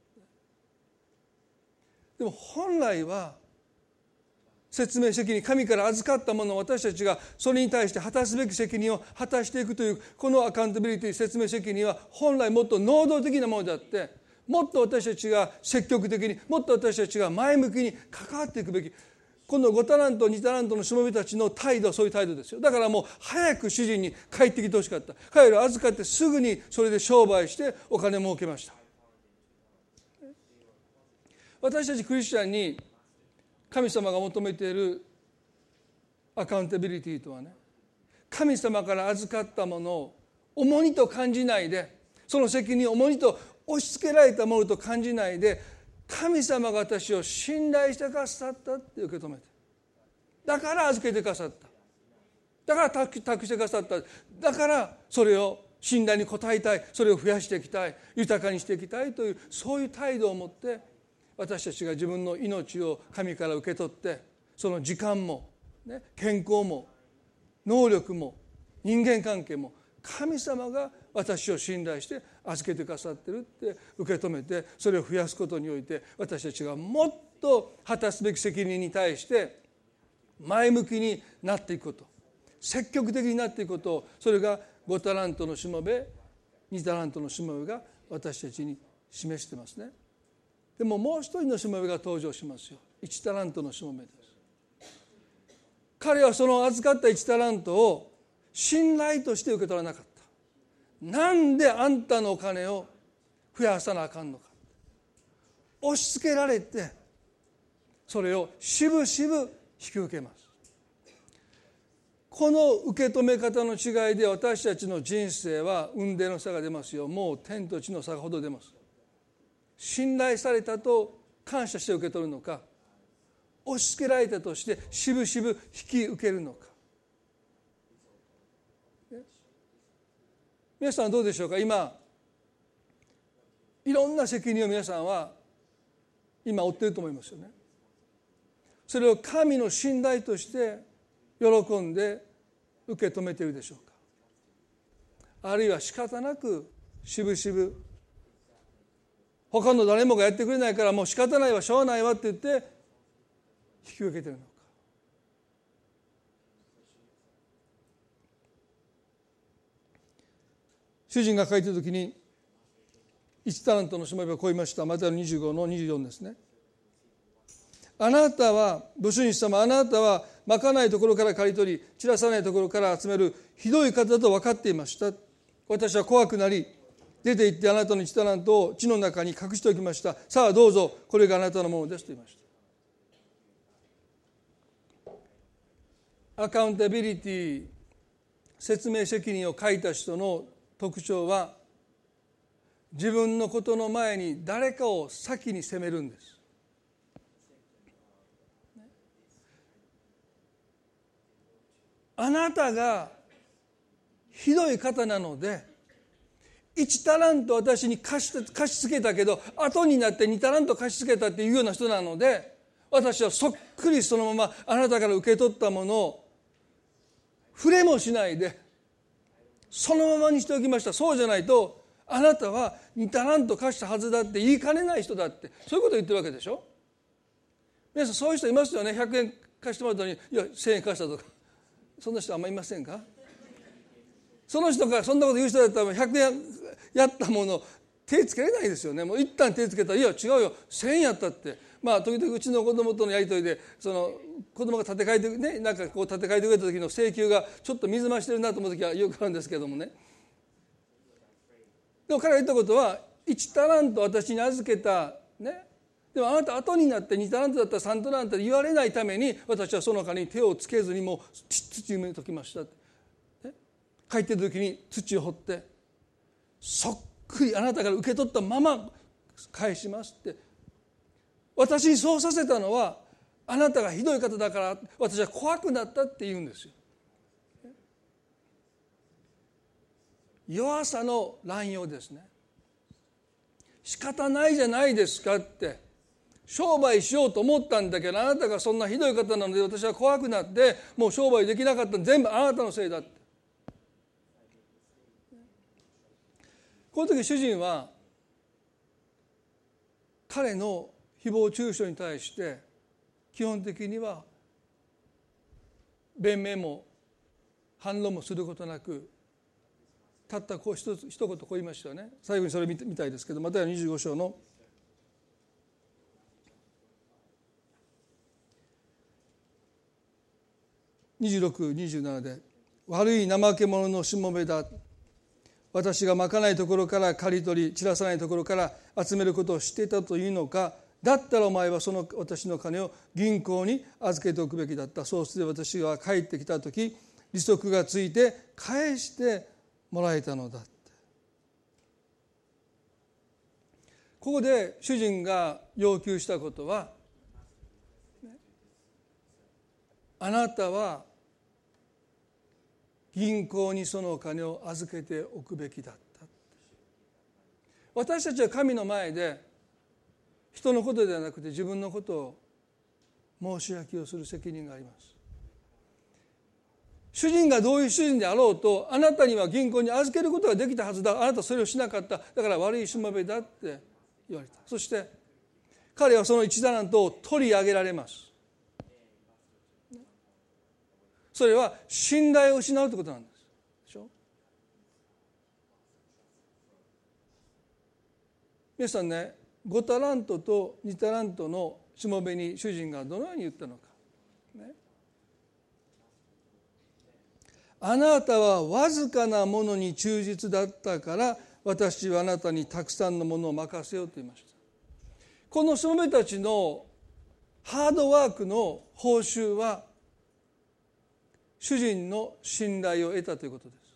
でも本来は説明責任、神から預かったものを私たちがそれに対して果たすべき責任を果たしていくというこのアカウンタビリティ、説明責任は本来もっと能動的なものであって、もっと私たちが積極的に、もっと私たちが前向きに関わっていくべき。この5タラント2タラントのしもべたちの態度はそういう態度ですよ。だからもう早く主人に帰ってきてほしかった。彼らを預かってすぐにそれで商売してお金儲けました。 私たちクリスチャンに神様が求めているアカウンタビリティとはね、神様から預かったものを重荷と感じないで、その責任を重荷と押し付けられたものと感じないで、神様が私を信頼してくださったって受け止めて、だから預けてくださった、だから託してくださった、だからそれを信頼に応えたい、それを増やしていきたい、豊かにしていきたいという、そういう態度を持って私たちが自分の命を神から受け取って、その時間も、ね、健康も能力も人間関係も神様が私を信頼して預けてくださっているって受け止めて、それを増やすことにおいて私たちがもっと果たすべき責任に対して前向きになっていくこと、積極的になっていくことを、それが5タラントのしもべ、2タラントのしもべが私たちに示してますね。でももう一人のしもべが登場しますよ。1タラントのしもべです。彼はその預かった1タラントを信頼として受け取らなかった。なんであんたのお金を増やさなあかんのか、押し付けられてそれをしぶしぶ引き受けます。この受け止め方の違いで私たちの人生は雲泥の差が出ますよ。もう天と地の差がほど出ます。信頼されたと感謝して受け取るのか、押し付けられたとしてしぶしぶ引き受けるのか。皆さんはどうでしょうか。今いろんな責任を皆さんは今負っていると思いますよね。それを神の信頼として喜んで受け止めているでしょうか。あるいは仕方なくしぶしぶ他の誰もがやってくれないからもう仕方ないわしょうがないわって言って引き受けているのか。主人が書いている時に1タラントのしもべはこう言いました。マタイの25の24ですね。あなたはご主人様、あなたはまかないところから刈り取り散らさないところから集めるひどい方だと分かっていました。私は怖くなり出て行ってあなたの1タラントを地の中に隠しておきました。さあどうぞこれがあなたのものですと言いました。アカウンタビリティ、説明責任を書いた人の特徴は、自分のことの前に誰かを先に責めるんです。あなたがひどい方なので1タラント私に貸し付けたけど後になって2タラント貸し付けたっていうような人なので、私はそっくりそのままあなたから受け取ったものを触れもしないでそのままにしておきました。そうじゃないとあなたは2タラント貸したはずだって言いかねない人だって、そういうことを言ってるわけでしょ。皆さんそういう人いますよね。100円貸してもらったのにいや1000円貸したとか、そんな人あんまりいませんか。その人がそんなこと言う人だったら100円やったもの手つけれないですよね。もう一旦手つけたらいや違うよ1000円やったって、時々うちの子供とのやり取りでその子供が立て替えてね、なんかこう立て替えてくれた時の請求がちょっと水増してるなと思う時はよくあるんですけどもね。でも彼が言ったことは1タラント私に預けたね、でもあなた後になって2タラントだったら3タラントで言われないために私はその中に手をつけずにもう土埋めときましたって、ね、帰ってる時に土を掘ってそっくりあなたから受け取ったまま返しますって。私にそうさせたのはあなたがひどい方だから私は怖くなったって言うんですよ。弱さの乱用ですね。仕方ないじゃないですかって、商売しようと思ったんだけどあなたがそんなひどい方なので私は怖くなってもう商売できなかったの全部あなたのせいだって。この時主人は彼の誹謗中傷に対して基本的には弁明も反論もすることなくたったこう一言こう言いましたよね。最後にそれ見たいですけど、マタイの25章の26、27で、悪い怠け者のしもべだ、私がまかないところから刈り取り散らさないところから集めることを知っていたというのか、 だったらお前はその私の金を銀行に預けておくべきだった。そうすれば私が帰ってきた時利息がついて返してもらえたのだ。ここで主人が要求したことは、あなたは銀行にそのお金を預けておくべきだった。私たちは神の前で人のことではなくて自分のことを申し訳をする責任があります。主人がどういう主人であろうと、あなたには銀行に預けることができたはずだ、あなたはそれをしなかった、だから悪いしもべだって言われた。そして彼はその1タラントを取り上げられます。それは信頼を失うということなんです。でしょ？皆さんね、5タラントと2タラントのしもべに主人がどのように言ったのか、ね、あなたはわずかなものに忠実だったから私はあなたにたくさんのものを任せようと言いました。このしもべたちのハードワークの報酬は主人の信頼を得たということです。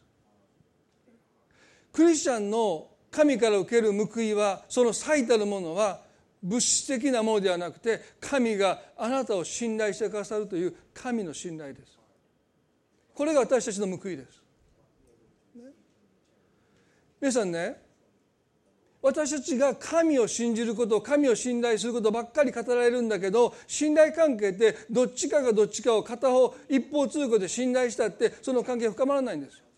クリスチャンの神から受ける報いは、その最たるものは物質的なものではなくて、神があなたを信頼してくださるという神の信頼です。これが私たちの報いです。皆さんね、私たちが神を信じること、神を信頼することばっかり語られるんだけど、信頼関係ってどっちかがどっちかを片方一方通行で信頼したってその関係は深まらないんですよ。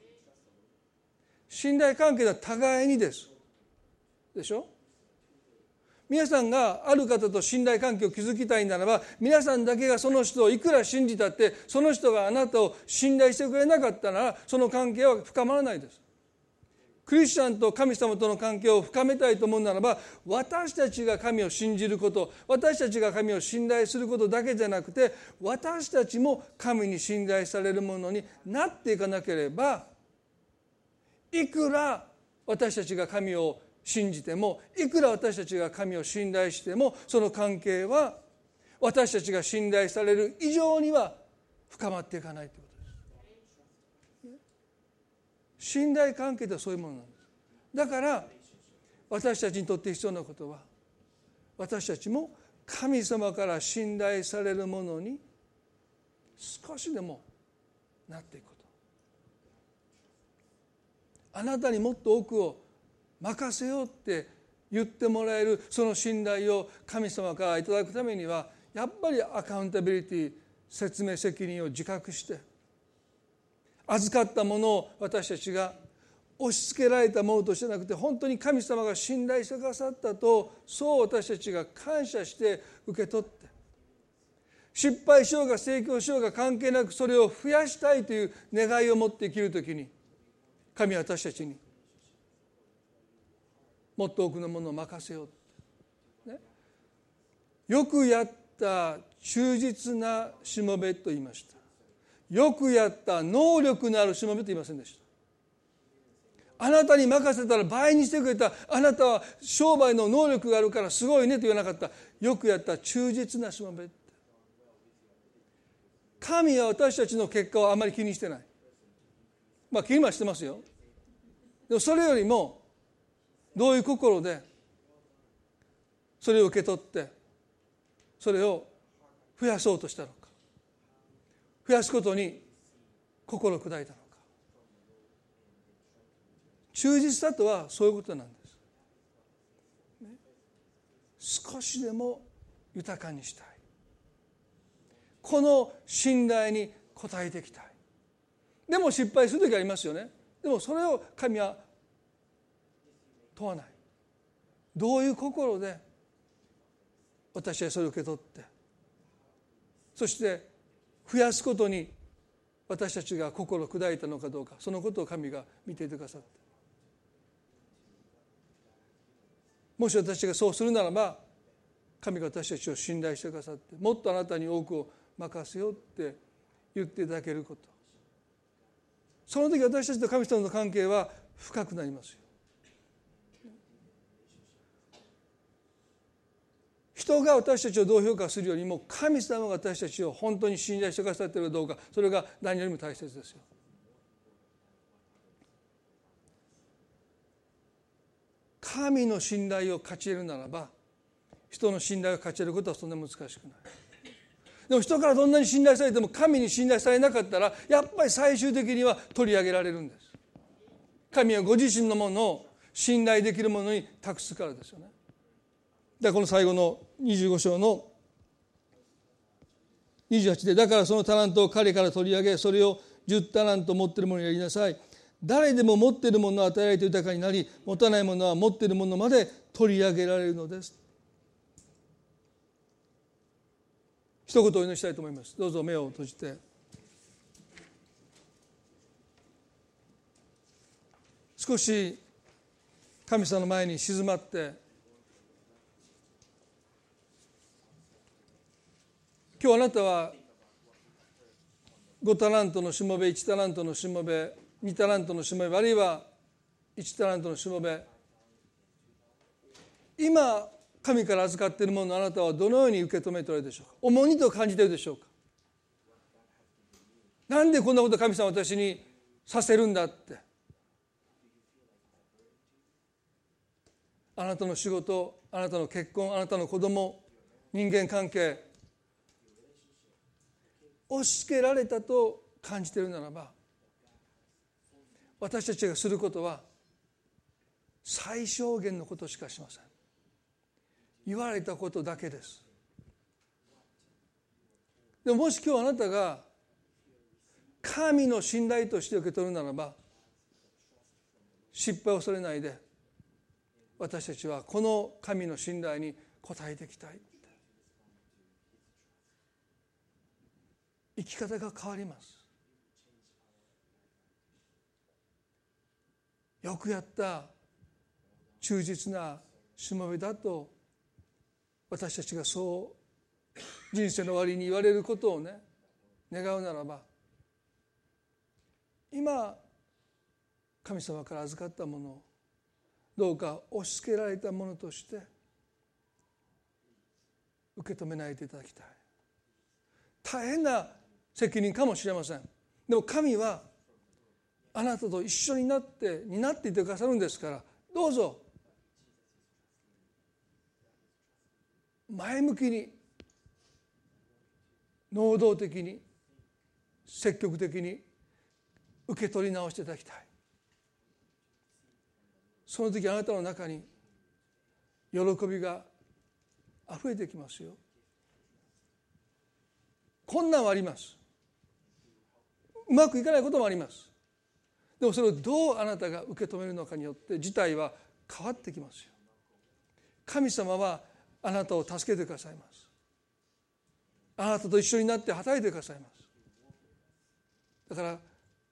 信頼関係は互いにです。でしょ？皆さんがある方と信頼関係を築きたいならば、皆さんだけがその人をいくら信じたってその人があなたを信頼してくれなかったならその関係は深まらないです。クリスチャンと神様との関係を深めたいと思うならば、私たちが神を信じること、私たちが神を信頼することだけじゃなくて、私たちも神に信頼されるものになっていかなければ、いくら私たちが神を信じても、いくら私たちが神を信頼しても、その関係は私たちが信頼される以上には深まっていかないということです。信頼関係とはそういうものなんです。だから私たちにとって必要なことは、私たちも神様から信頼されるものに少しでもなっていくこと。あなたにもっと多くを任せようって言ってもらえるその信頼を神様からいただくためには、やっぱりアカウンタビリティ、説明責任を自覚して、預かったものを私たちが押し付けられたものとしてなくて、本当に神様が信頼してくださったと、そう私たちが感謝して受け取って、失敗しようが成功しようが関係なくそれを増やしたいという願いを持って生きるときに、神は私たちにもっと多くのものを任せよう、ね、よくやった忠実なしもべと言いました。よくやった能力のあるしもべと言いませんでした。あなたに任せたら倍にしてくれた、あなたは商売の能力があるからすごいねと言わなかった。よくやった忠実なしもべ。神は私たちの結果をあまり気にしてない。気にはしてますよ。でもそれよりもどういう心でそれを受け取ってそれを増やそうとしたのか、増やすことに心を砕いたのか。忠実さとはそういうことなんです。少しでも豊かにしたい、この信頼に応えていきたい。でも失敗する時ありますよね。でもそれを神は問わない。どういう心で私はそれを受け取って、そして増やすことに私たちが心を砕いたのかどうか、そのことを神が見ていてくださって、もし私がそうするならば、神が私たちを信頼してくださって、もっとあなたに多くを任せようって言っていただけること、その時私たちと神様の関係は深くなりますよ。 人が私たちをどう評価するよりも神様が私たちを本当に信頼してくださっているかどうか、それが何よりも大切ですよ。神の信頼を勝ち得るならば人の信頼を勝ち得ることはそんなに難しくない。でも人からどんなに信頼されても神に信頼されなかったらやっぱり最終的には取り上げられるんです。神はご自身のものを信頼できるものに託すからですよね。でこの最後の25章の28で、だからそのタラントを彼から取り上げ、それを10タラント持っているものにやりなさい。誰でも持っているものを与えられて豊かになり、持たないものは持っているものまで取り上げられるのです。一言お祈りしたいと思います。どうぞ目を閉じて、少し神様の前に静まって、今日あなたは5タラントのしもべ、1タラントのしもべ、2タラントのしもべ、あるいは1タラントのしもべ、今神から預かっているものをあなたはどのように受け止めておられるでしょうか。重荷と感じているでしょうか。なんでこんなこと神様は私にさせるんだって。あなたの仕事、あなたの結婚、あなたの子供、人間関係、押し付けられたと感じているならば、私たちがすることは最小限のことしかしません。言われたことだけです。でももし今日あなたが神の信頼として受け取るならば、失敗を恐れないで、私たちはこの神の信頼に応えていきたい。生き方が変わります。よくやった、忠実なしもべだと私たちがそう人生の終わりに言われることをね、願うならば、今神様から預かったものをどうか押し付けられたものとして受け止めないでいただきたい。大変な責任かもしれません。でも神はあなたと一緒になって担っていてくださるんですから、どうぞ前向きに、能動的に、積極的に受け取り直していただきたい。その時あなたの中に喜びがあふれてきますよ。困難はあります。うまくいかないこともあります。でもそれをどうあなたが受け止めるのかによって事態は変わってきますよ。神様はあなたを助けてくださいます。あなたと一緒になって働いてくださいます。だから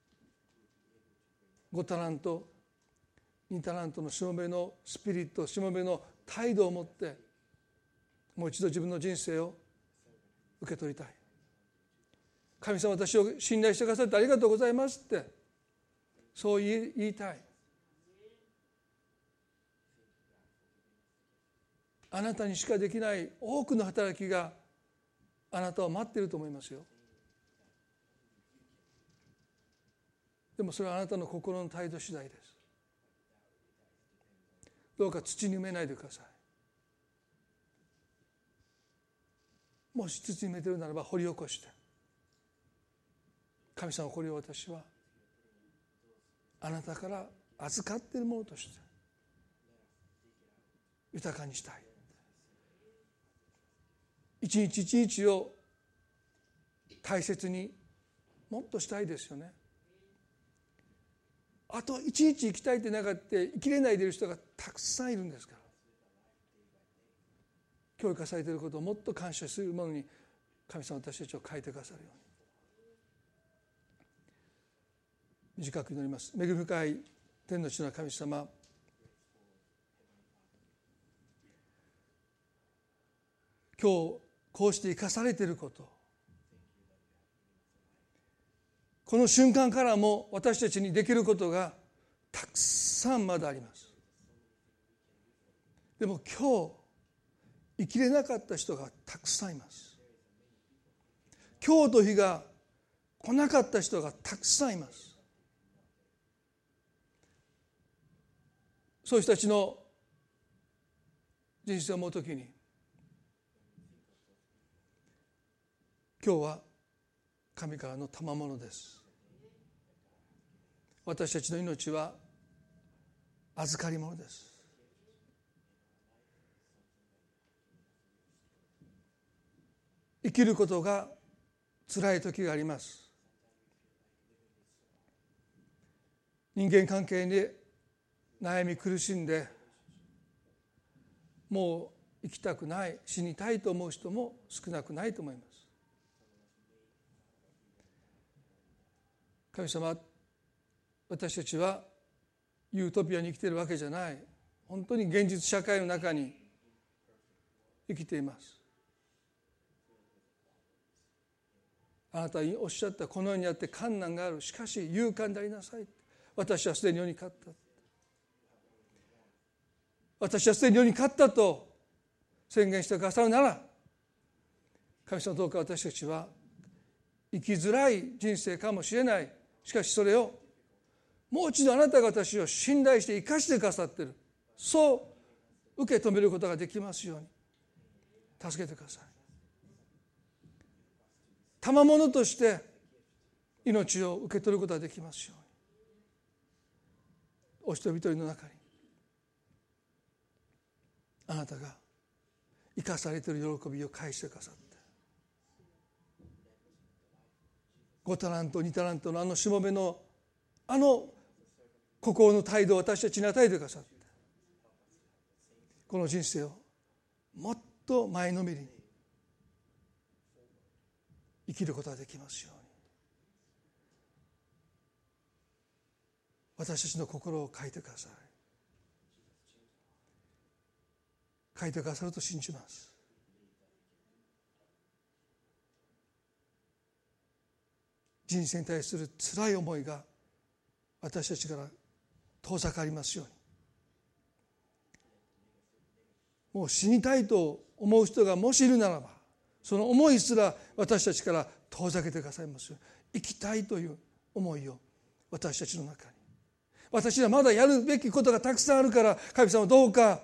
5タラント2タラントのしもべのスピリット、しもべの態度を持ってもう一度自分の人生を受け取りたい。神様、私を信頼してくださってありがとうございますって、そう言いたい。あなたにしかできない多くの働きがあなたを待っていると思いますよ。でもそれはあなたの心の態度次第です。どうか土に埋めないでください。もし土に埋めているならば掘り起こして、神様、これを私はあなたから預かっているものとして豊かにしたい。一日一日を大切にもっとしたいですよね。あと一日生きたいってなかって生きれないでいる人がたくさんいるんですから、教育されていることをもっと感謝するものに神様、私たちを変えてくださるように。短く祈ります。恵み深い天の地の神様、今日こうして生かされていること、この瞬間からも私たちにできることがたくさんまだあります。でも今日生きれなかった人がたくさんいます。今日と日が来なかった人がたくさんいます。そういう人たちの人生を思うときに、今日は神からの賜物です。私たちの命は預かり物です。生きることが辛い時があります。人間関係に悩み苦しんで、もう生きたくない、死にたいと思う人も少なくないと思います。神様、私たちはユートピアに生きているわけじゃない、本当に現実社会の中に生きています。あなたはおっしゃった、この世にあって困難がある、しかし勇敢でありなさい。私はすでに世に勝った。私はすでに世に勝ったと宣言してくださるなら、神様、どうか私たちは生きづらい人生かもしれない。しかしそれをもう一度あなたが私を信頼して生かしてくださっている、そう受け止めることができますように助けてください。賜物として命を受け取ることができますように。お一人一人の中にあなたが生かされている喜びを返してくださって、5タラント2タラントのしもべの心の態度を私たちに与えてくださって、この人生をもっと前のめりに生きることができますように、私たちの心を変えてください。変えてくださると信じます。人生に対する辛い思いが私たちから遠ざかりますように。もう死にたいと思う人がもしいるならば、その思いすら私たちから遠ざけてくださいますように。生きたいという思いを私たちの中に、私はまだやるべきことがたくさんあるから、神様どうか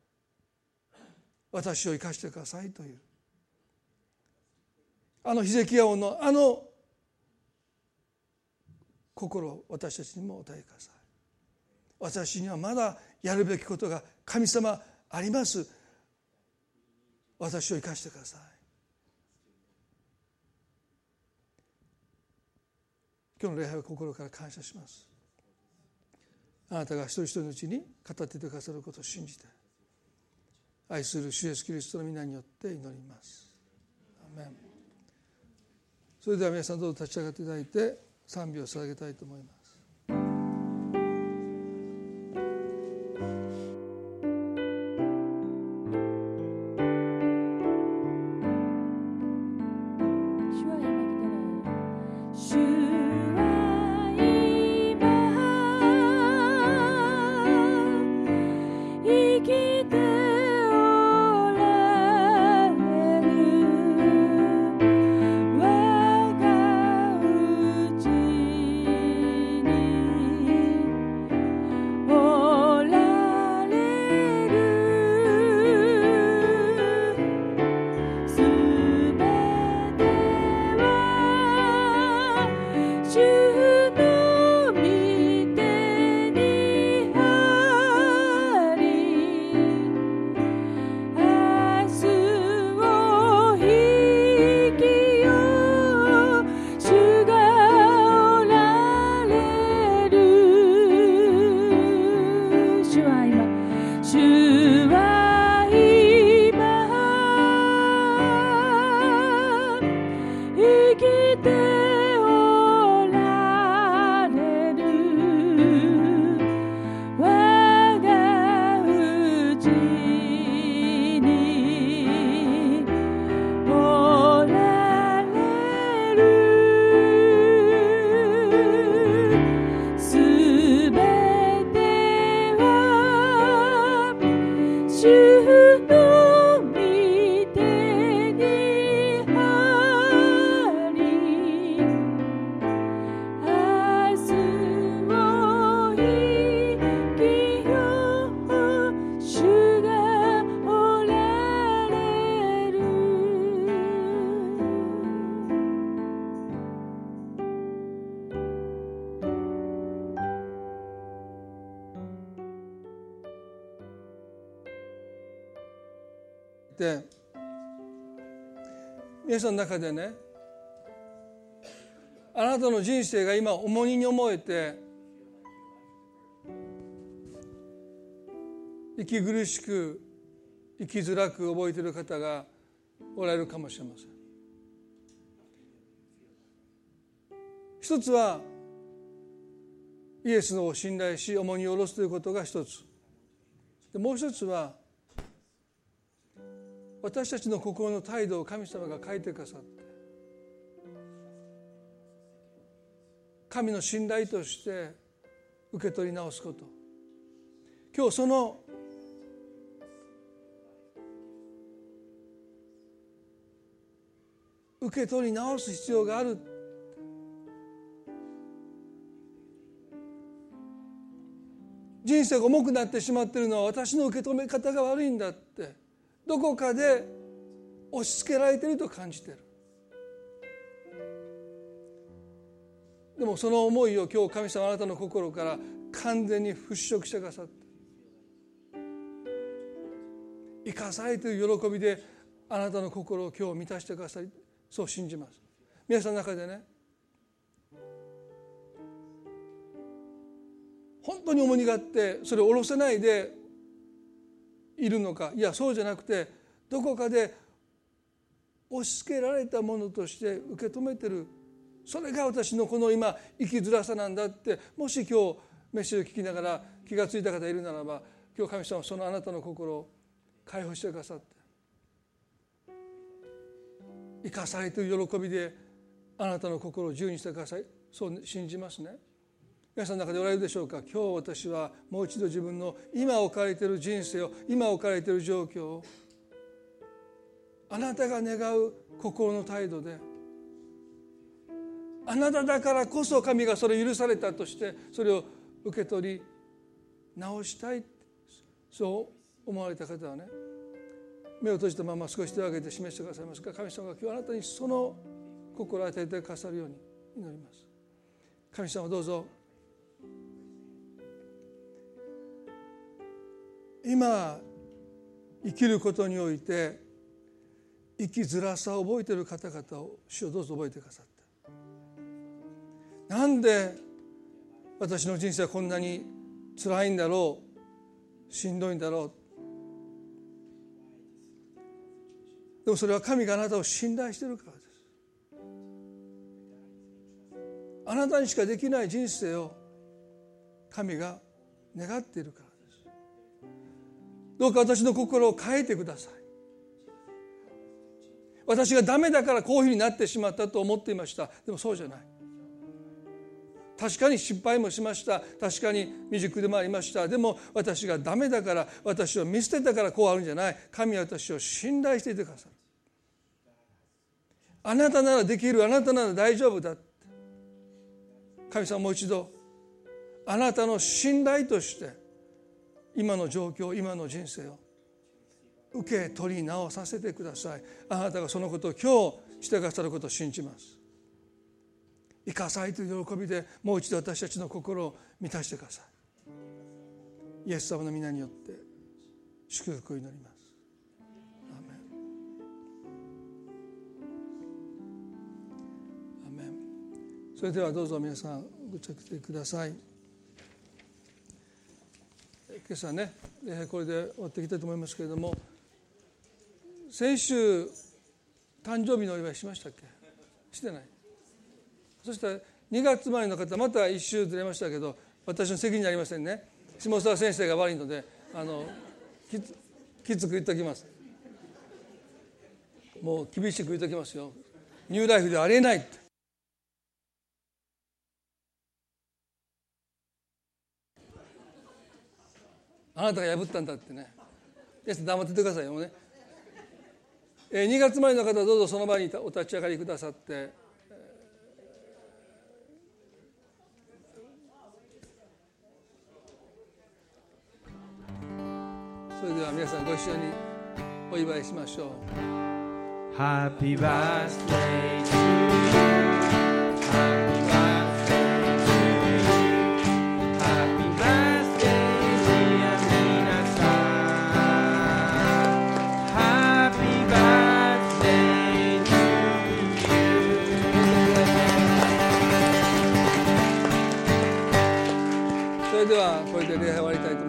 私を生かしてくださいという、ヒゼキヤ王の心を私たちにもお与えください。私にはまだやるべきことが神様あります。私を生かしてください。今日の礼拝は心から感謝します。あなたが一人一人のうちに語っていてくださることを信じて、愛する主イエスキリストの皆によって祈ります。アメン。それでは皆さんどうぞ立ち上がっていただいて賛美を捧げたいと思います。 我がうちって皆さんの中でね、あなたの人生が今重荷に思えて息苦しく生きづらく覚えている方がおられるかもしれません。一つはイエスのを信頼し重荷を下ろすということが一つで、もう一つは私たちの心の態度を神様が変えてくださって、神の信頼として受け取り直すこと。今日その受け取り直す必要がある。人生が重くなってしまっているのは私の受け止め方が悪いんだってどこかで押し付けられていると感じている。でもその思いを今日神様あなたの心から完全に払拭してくださって、生かされている喜びであなたの心を今日満たしてください、そう信じます。皆さんの中でね、本当に重荷があってそれを下ろせないでいるのか、いやそうじゃなくてどこかで押し付けられたものとして受け止めている、それが私のこの今生きづらさなんだって、もし今日メッセージを聞きながら気がついた方がいるならば、今日神様はそのあなたの心を解放してくださって、生かされている喜びであなたの心を自由にしてください、そう信じますね。皆さんの中でおられるでしょうか。今日私はもう一度自分の今置かれている人生を、今置かれている状況をあなたが願う心の態度で、あなただからこそ神がそれを許されたとしてそれを受け取り直したい、そう思われた方はね、目を閉じたまま少し手を挙げて示してくださいますか。神様が今日あなたにその心を与えてくださるように祈ります。神様どうぞ今生きることにおいて生きづらさを覚えている方々を主をどうぞ覚えてくださって、なんで私の人生はこんなに辛いんだろう、しんどいんだろう。でもそれは神があなたを信頼しているからです。あなたにしかできない人生を神が願っているからです。どうか私の心を変えてください。私がダメだからこういうふうになってしまったと思っていました。でもそうじゃない。確かに失敗もしました。確かに未熟でもありました。でも私がダメだから、私を見捨てたからこうあるんじゃない。神は私を信頼していてくださる。あなたならできる、あなたなら大丈夫だって。神様もう一度あなたの信頼として今の状況、今の人生を受け取り直させてください。あなたがそのことを今日してくださることを信じます。生かされている喜びでもう一度私たちの心を満たしてください。イエス様の皆によって祝福を祈ります。アーメン。アーメン。それではどうぞ皆さんご着席ください。今朝ね、これで終わっていきたいと思いますけれども、先週誕生日のお祝いしましたっけ？してない。そしたら2月生まれの方また1週ずれましたけど、私の責任になりませんね。下沢先生が悪いのできつく言っておきます。もう厳しく言っておきますよ。ニューライフではありえないって。あなたが破ったんだってね。黙っててくださいよね。2月生まれの方はどうぞその場にお立ち上がりくださって、それでは皆さんご一緒にお祝いしましょう。 Happy birthday to you. Happy birthday to you. Happy birthday dear 皆さん。 れではこれで礼拝を終わりたいと思います。